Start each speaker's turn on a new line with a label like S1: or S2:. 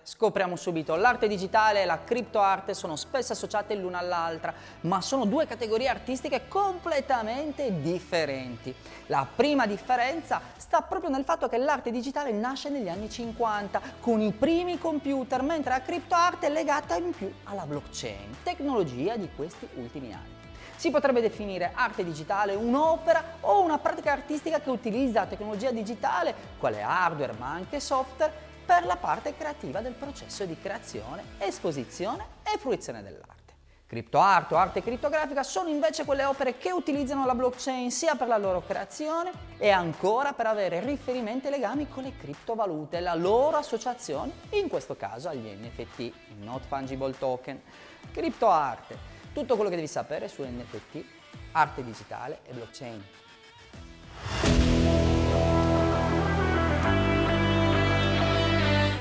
S1: Scopriamo subito, l'arte digitale e la criptoarte sono spesso associate l'una all'altra, ma sono due categorie artistiche completamente differenti. La prima differenza sta proprio nel fatto che l'arte digitale nasce negli anni 50 con i primi computer, mentre la criptoarte è legata in più alla blockchain, tecnologia di questi ultimi anni. Si potrebbe definire arte digitale un'opera o una pratica artistica che utilizza la tecnologia digitale, quale hardware ma anche software, per la parte creativa del processo di creazione, esposizione e fruizione dell'arte. Criptoarte o arte crittografica sono invece quelle opere che utilizzano la blockchain sia per la loro creazione e ancora per avere riferimenti e legami con le criptovalute e la loro associazione, in questo caso agli NFT, Not Fungible Token. Criptoarte, tutto quello che devi sapere su NFT, arte digitale e blockchain.